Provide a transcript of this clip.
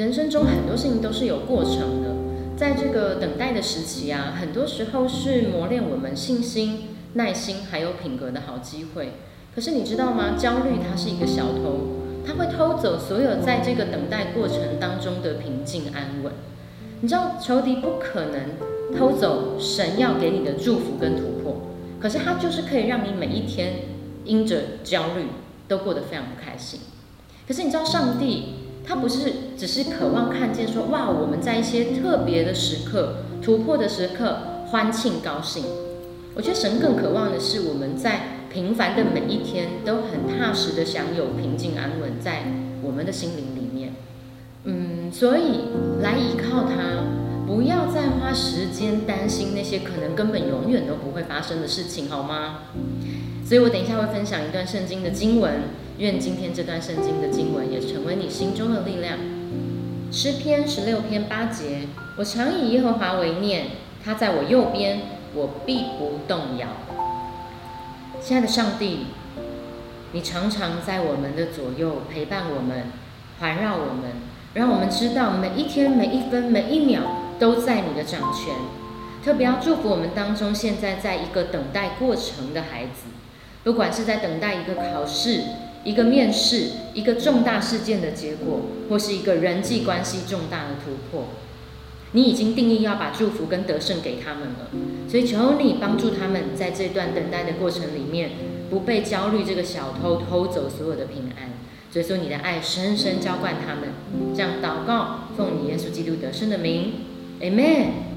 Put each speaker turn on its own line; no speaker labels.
人生中很多事情都是有过程的，在这个等待的时期啊，很多时候是磨练我们信心、耐心还有品格的好机会。可是你知道吗？焦虑它是一个小偷，它会偷走所有在这个等待过程当中的平静安稳。你知道仇敌不可能偷走神要给你的祝福跟突破，可是他就是可以让你每一天因着焦虑都过得非常不开心。可是你知道上帝他不是只是渴望看见说，哇，我们在一些特别的时刻、突破的时刻欢庆高兴。我觉得神更渴望的是我们在平凡的每一天都很踏实的享有平静安稳在我们的心灵里面。所以来依靠他，不要再花时间担心那些可能根本永远都不会发生的事情，好吗？所以我等一下会分享一段圣经的经文，愿今天这段圣经的经文也成为你心中的力量。诗篇16篇8节，我常以耶和华为念，他在我右边，我必不动摇。亲爱的上帝，你常常在我们的左右陪伴我们，环绕我们，让我们知道每一天、每一分、每一秒都在你的掌权。特别要祝福我们当中现在在一个等待过程的孩子，不管是在等待一个考试、一个面试、一个重大事件的结果，或是一个人际关系重大的突破，你已经定义要把祝福跟得胜给他们了。所以求你帮助他们在这段等待的过程里面，不被焦虑这个小偷偷走所有的平安。所以说你的爱深深浇灌他们，这样祷告，奉你耶稣基督得胜的名 ，Amen。